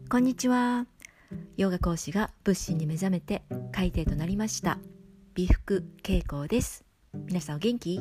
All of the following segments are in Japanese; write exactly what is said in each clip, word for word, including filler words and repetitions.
こんにちは。ヨガ講師が仏心に目覚めて海底となりました美福恵子です。皆さんお元気？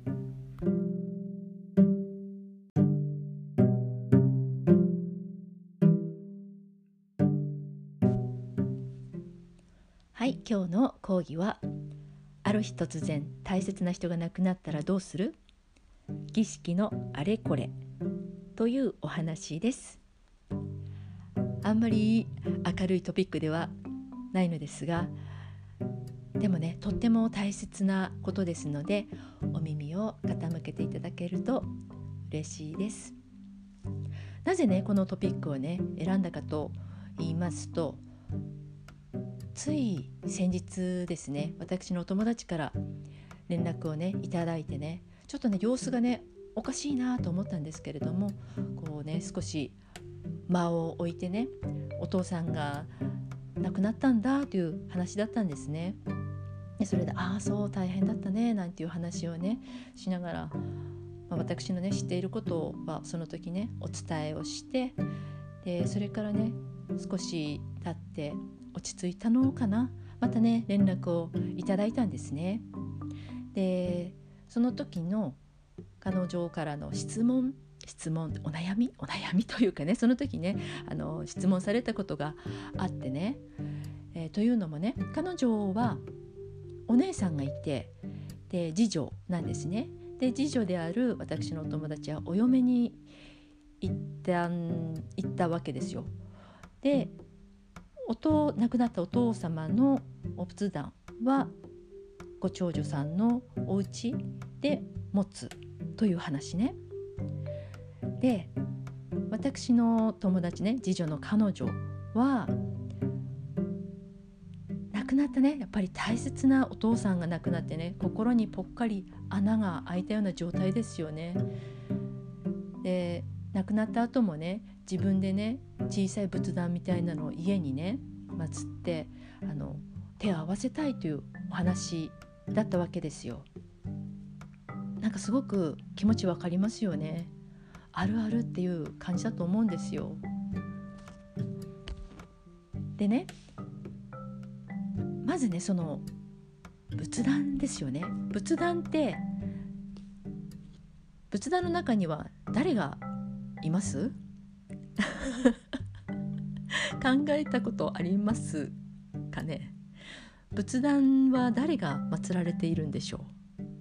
はい、今日の講義はある日突然大切な人が亡くなったらどうする？儀式のあれこれというお話です。あんまり明るいトピックではないのですが、でもね、とっても大切なことですので、お耳を傾けていただけると嬉しいです。なぜね、このトピックをね、選んだかと言いますと、つい先日ですね、私のお友達から連絡をね、いただいてね、ちょっとね、様子がね、おかしいなと思ったんですけれども、こうね、少し間を置いてね、お父さんが亡くなったんだという話だったんですね。でそれでああそう大変だったねなんていう話をねしながら、まあ、私のね知っていることはその時ねお伝えをして、でそれからね少し経って落ち着いたのかな、またね連絡をいただいたんですね。でその時の彼女からの質問質問お悩みお悩みというかね、その時ねあの質問されたことがあってね、えー、というのもね、彼女はお姉さんがいて、で次女なんですね。で次女である私のお友達はお嫁に行った行ったわけですよ。でおと亡くなったお父様のお仏壇はご長女さんのお家で持つという話ね。で私の友達ね、次女の彼女は亡くなったね、やっぱり大切なお父さんが亡くなってね、心にぽっかり穴が開いたような状態ですよね。で亡くなった後もね、自分でね小さい仏壇みたいなのを家にね祀ってあの手を合わせたいというお話だったわけですよ。なんかすごく気持ちわかりますよね。あるあるっていう感じだと思うんですよ。でね、まずねその仏壇ですよね。仏壇って仏壇の中には誰がいます考えたことありますかね。仏壇は誰が祀られているんでしょう。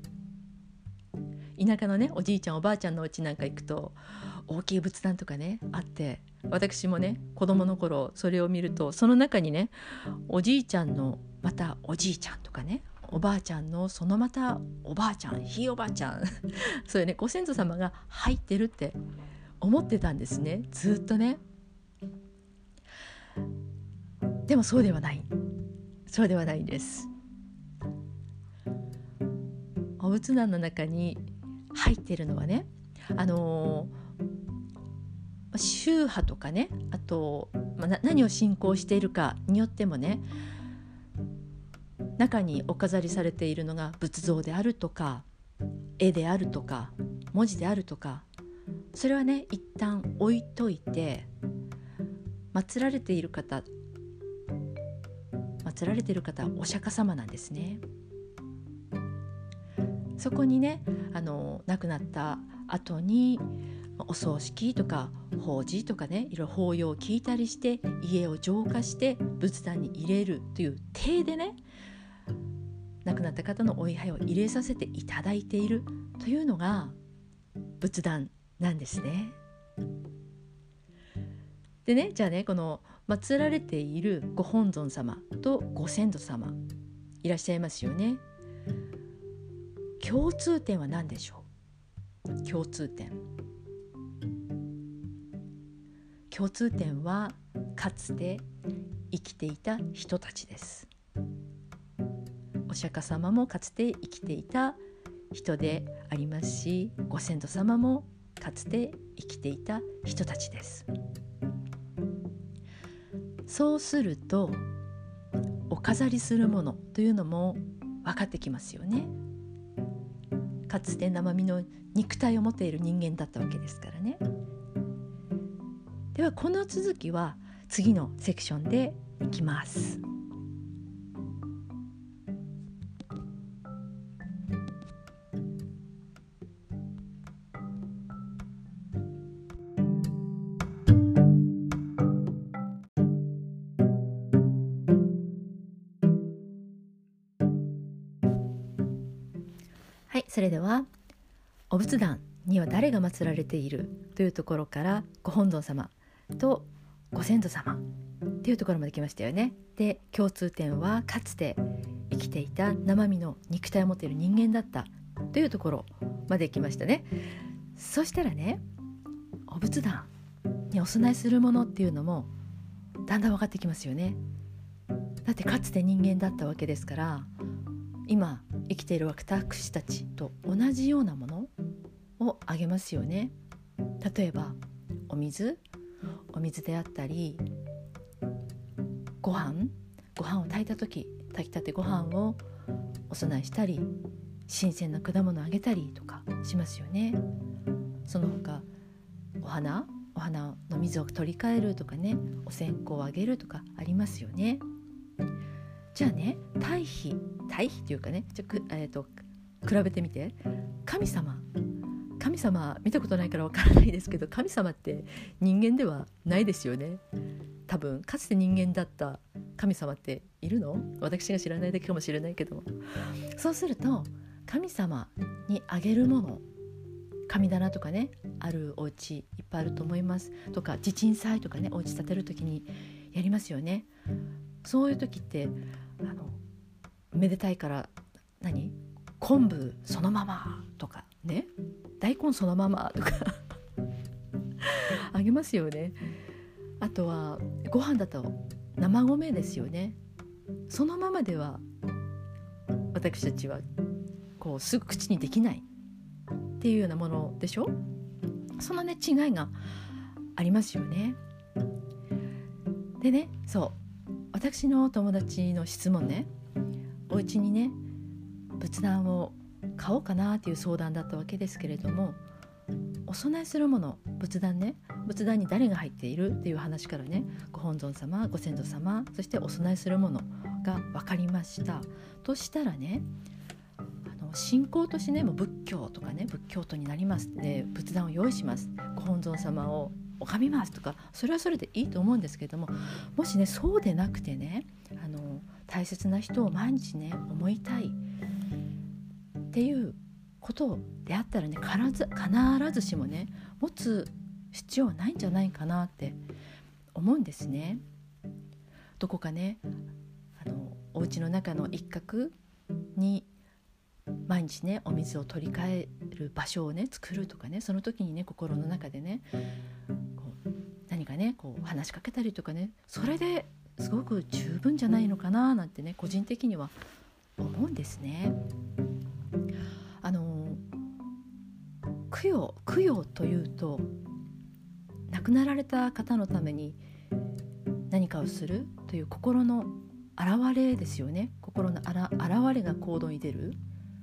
田舎のねおじいちゃんおばあちゃんのお家なんか行くと大きい仏壇とかねあって、私もね子供の頃それを見ると、その中にねおじいちゃんのまたおじいちゃんとかね、おばあちゃんのそのまたおばあちゃんひいおばあちゃんそういうねご先祖様が入ってるって思ってたんですね、ずっとね。でもそうではないそうではないんです。お仏壇の中に入っているのはね、あのー、宗派とかね、あと、まあ、何を信仰しているかによってもね、中にお飾りされているのが仏像であるとか絵であるとか文字であるとか、それはね一旦置いといて、祀られている方祀られている方はお釈迦様なんですね。そこにねあの亡くなった後にお葬式とか法事とかね、いろいろ法要を聞いたりして家を浄化して仏壇に入れるという体でね、亡くなった方のお位牌を入れさせていただいているというのが仏壇なんですね。でね、じゃあね、この祀られているご本尊様とご先祖様いらっしゃいますよね。共通点は何でしょう。共通点共通点はかつて生きていた人たちです。お釈迦様もかつて生きていた人でありますし、ご先祖様もかつて生きていた人たちです。そうするとお飾りするものというのも分かってきますよね。かつて生身の肉体を持っている人間だったわけですからね。ではこの続きは次のセクションでいきます。はい、それではお仏壇には誰が祀られているというところからご本尊様とご先祖様というところまで来ましたよね。で、共通点はかつて生きていた生身の肉体を持っている人間だったというところまで来ましたね。そしたらね、お仏壇にお供えするものっていうのもだんだん分かってきますよね。だってかつて人間だったわけですから、今生きている私たちと同じようなものをあげますよね。例えばお水お水であったり、ご飯ご飯を炊いた時炊きたてご飯をお供えしたり、新鮮な果物をあげたりとかしますよね。その他お花お花の水を取り替えるとかね、お線香をあげるとかありますよね。じゃあね、対比対比というかね、ちょく、えーと、比べてみて。神様神様見たことないからわからないですけど、神様って人間ではないですよね。多分かつて人間だった神様っているの？私が知らないだけかもしれないけども。そうすると神様にあげるもの、神棚とかね、あるお家いっぱいあると思いますとか、地鎮祭とかね、お家建てる時にやりますよね。そういう時ってあのめでたいから何昆布そのままとかね、大根そのままとかあげますよね。あとはご飯だと生米ですよね。そのままでは私たちはこうすぐ口にできないっていうようなものでしょ。そのね違いがありますよね。でね、そう私の友達の質問ね、お家にね仏壇を買おうかなっていう相談だったわけですけれども、お供えするもの、仏壇ね、仏壇に誰が入っているっていう話からね、ご本尊様、ご先祖様、そしてお供えするものが分かりましたとしたらね、あの信仰としてね、もう仏教とかね、仏教徒になりますで、仏壇を用意します、ご本尊様を拝みますとか、それはそれでいいと思うんですけれども、もしねそうでなくてね、あの大切な人を毎日ね思いたいっていうことであったらね、必ず必ずしもね持つ必要はないんじゃないかなって思うんですね。どこかね、あのお家の中の一角に毎日ねお水を取り替える場所をね作るとかね、その時にね心の中でねこう何かねこう話しかけたりとかね、それですごく十分じゃないのかななんてね個人的には思うんですね。あの供養供養というと、亡くなられた方のために何かをするという心の現れですよね。心のあら現れが行動に出る。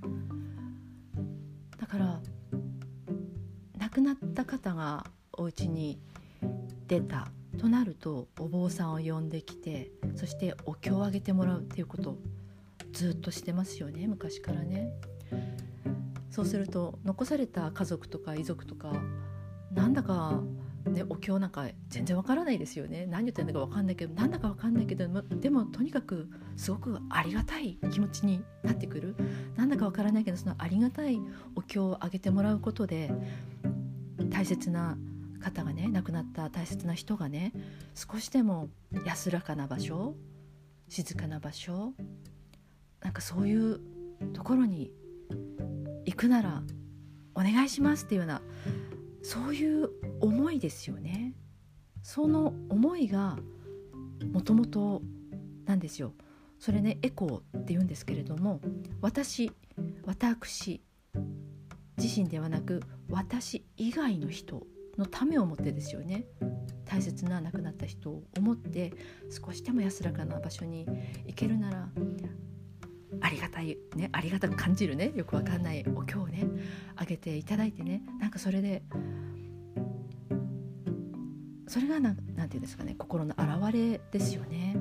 だから亡くなった方がお家に出たとなると、お坊さんを呼んできて、そしてお経をあげてもらうっていうことをずっとしてますよね、昔からね。そうすると残された家族とか遺族とか、なんだかね、お経なんか全然わからないですよね。何言ってんだかわかんないけど、なんだかわかんないけど、でもとにかくすごくありがたい気持ちになってくる。なんだかわからないけど、そのありがたいお経をあげてもらうことで、大切な方がね、亡くなった大切な人がね、少しでも安らかな場所、静かな場所、なんかそういうところに行くならお願いしますっていうような、そういう思いですよね。その思いがもともとなんですよ。それね、エコーって言うんですけれども、私私自身ではなく、私以外の人のためを思ってですよね。大切な亡くなった人を思って、少しでも安らかな場所に行けるなら、ありがたいね、ありがたく感じるね、よくわかんないお経をねあげていただいてね、なんかそれでそれがなん、なんていうんですかね、心の表れですよね。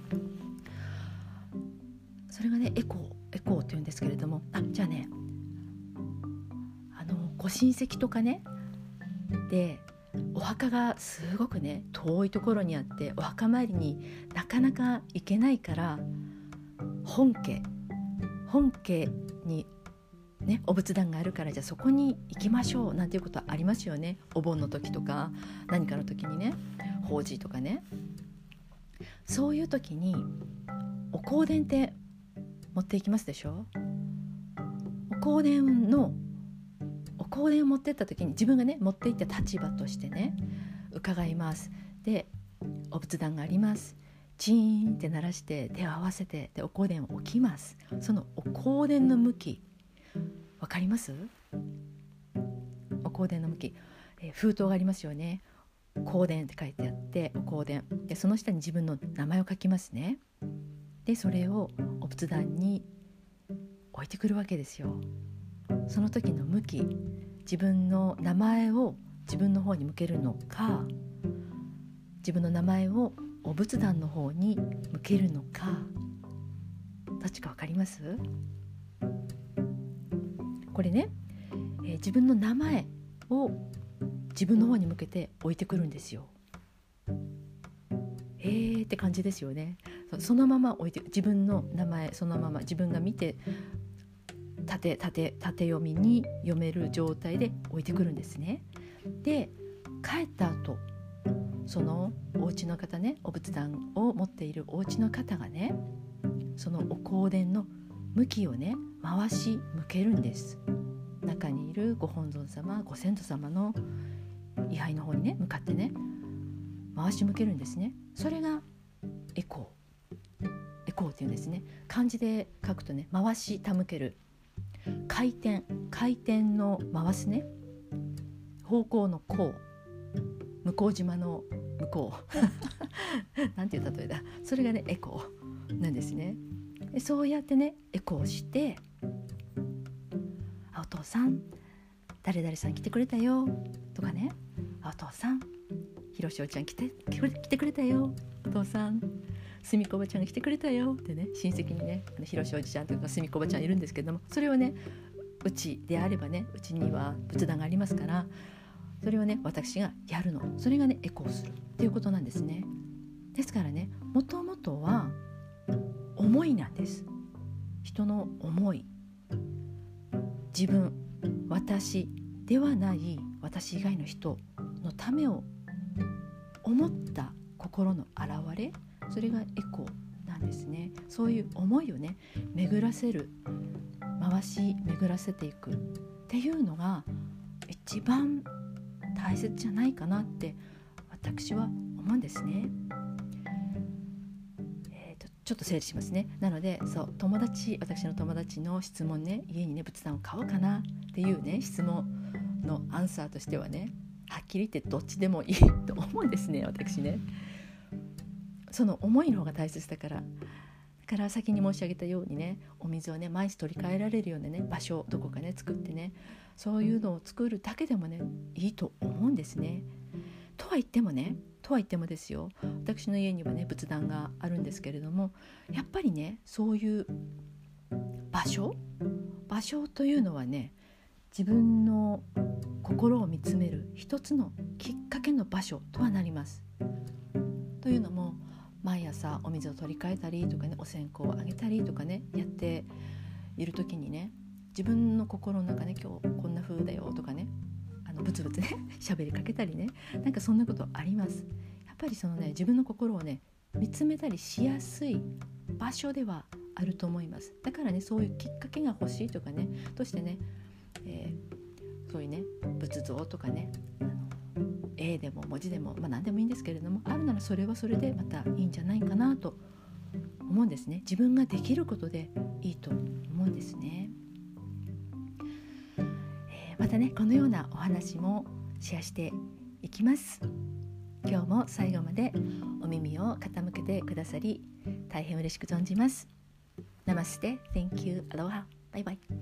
それがねエコーエコーというんですけれども、あじゃあねあのご親戚とかねでお墓がすごくね遠いところにあって、お墓参りになかなか行けないから、本家本家にねお仏壇があるから、じゃあそこに行きましょうなんていうことはありますよね。お盆の時とか何かの時にね、法事とかね。そういう時にお香典って持っていきますでしょ。お香典のお香典を持ってった時に、自分がね持っていった立場としてね伺います。でお仏壇があります。チーンって鳴らして手を合わせて、でお香典を置きます。そのお香典の向きわかります？お香典の向き、えー、封筒がありますよね。香典って書いてあって、お香典でその下に自分の名前を書きますね。でそれをお仏壇に置いてくるわけですよ。その時の向き、自分の名前を自分の方に向けるのか、自分の名前をお仏壇の方に向けるのか、どっちかわかります？これね、えー、自分の名前を自分の方に向けて置いてくるんですよ。えーって感じですよね。そのまま置いて、自分の名前そのまま自分が見て縦縦縦読みに読める状態で置いてくるんですね。で帰った後、そのお家の方ね、お仏壇を持っているお家の方がね、そのお香典の向きをね回し向けるんです。中にいるご本尊様、ご先祖様の位牌の方にね向かってね回し向けるんですね。それがエコーエコーっていうんですね。漢字で書くとね、回し手向ける、回転回転の回すね、方向の向、向島の向こうなんていう例えだ、それがねエコーなんですね。でそうやってねエコーして、あお父さん誰々さん来てくれたよとかね、あお父さんひろしおちゃん来て来てくれたよ、お父さんすみこばちゃんが来てくれたよってね、親戚にねひろしおじちゃんとかすみこばちゃんいるんですけども、それをねうちであればね、うちには仏壇がありますから、それをね私がやるの、それがねエコーするっていうことなんですね。ですからね、もともとは思いなんです。人の思い、自分、私ではない私以外の人のためを思った心の表れ、それがエコーなんですね。そういう思いをね巡らせる、回し巡らせていくっていうのが一番大切じゃないかなって私は思うんですね。えーと、ちょっと整理しますね。なのでそう友達私の友達の質問ね、家にね仏壇を買おうかなっていうね質問のアンサーとしてはね、はっきり言ってどっちでもいいと思うんですね。私ね、その思いの方が大切だから。だから先に申し上げたようにね、お水をね毎日取り替えられるようなね場所どこかね作ってね、そういうのを作るだけでもねいいと思うんですね。とは言ってもねとは言ってもですよ、私の家にはね仏壇があるんですけれども、やっぱりねそういう場所場所というのはね、自分の心を見つめる一つのきっかけの場所とはなります。というのも、毎朝お水を取り替えたりとかね、お線香をあげたりとかねやっている時にね、自分の心の中ね、今日こんな風だよとかね、あのブツブツね喋りかけたりね、なんかそんなことあります。やっぱりそのね自分の心をね見つめたりしやすい場所ではあると思います。だからね、そういうきっかけが欲しいとかねとしてね、えー、そういうね仏像とかね、あの絵でも文字でも、まあ、何でもいいんですけれども、あるならそれはそれでまたいいんじゃないかなと思うんですね。自分ができることでいいと思うんですね。えー、またねこのようなお話もシェアしていきます。今日も最後までお耳を傾けてくださり大変嬉しく存じます。ナマステ、Thank you, Aloha, バイバイ。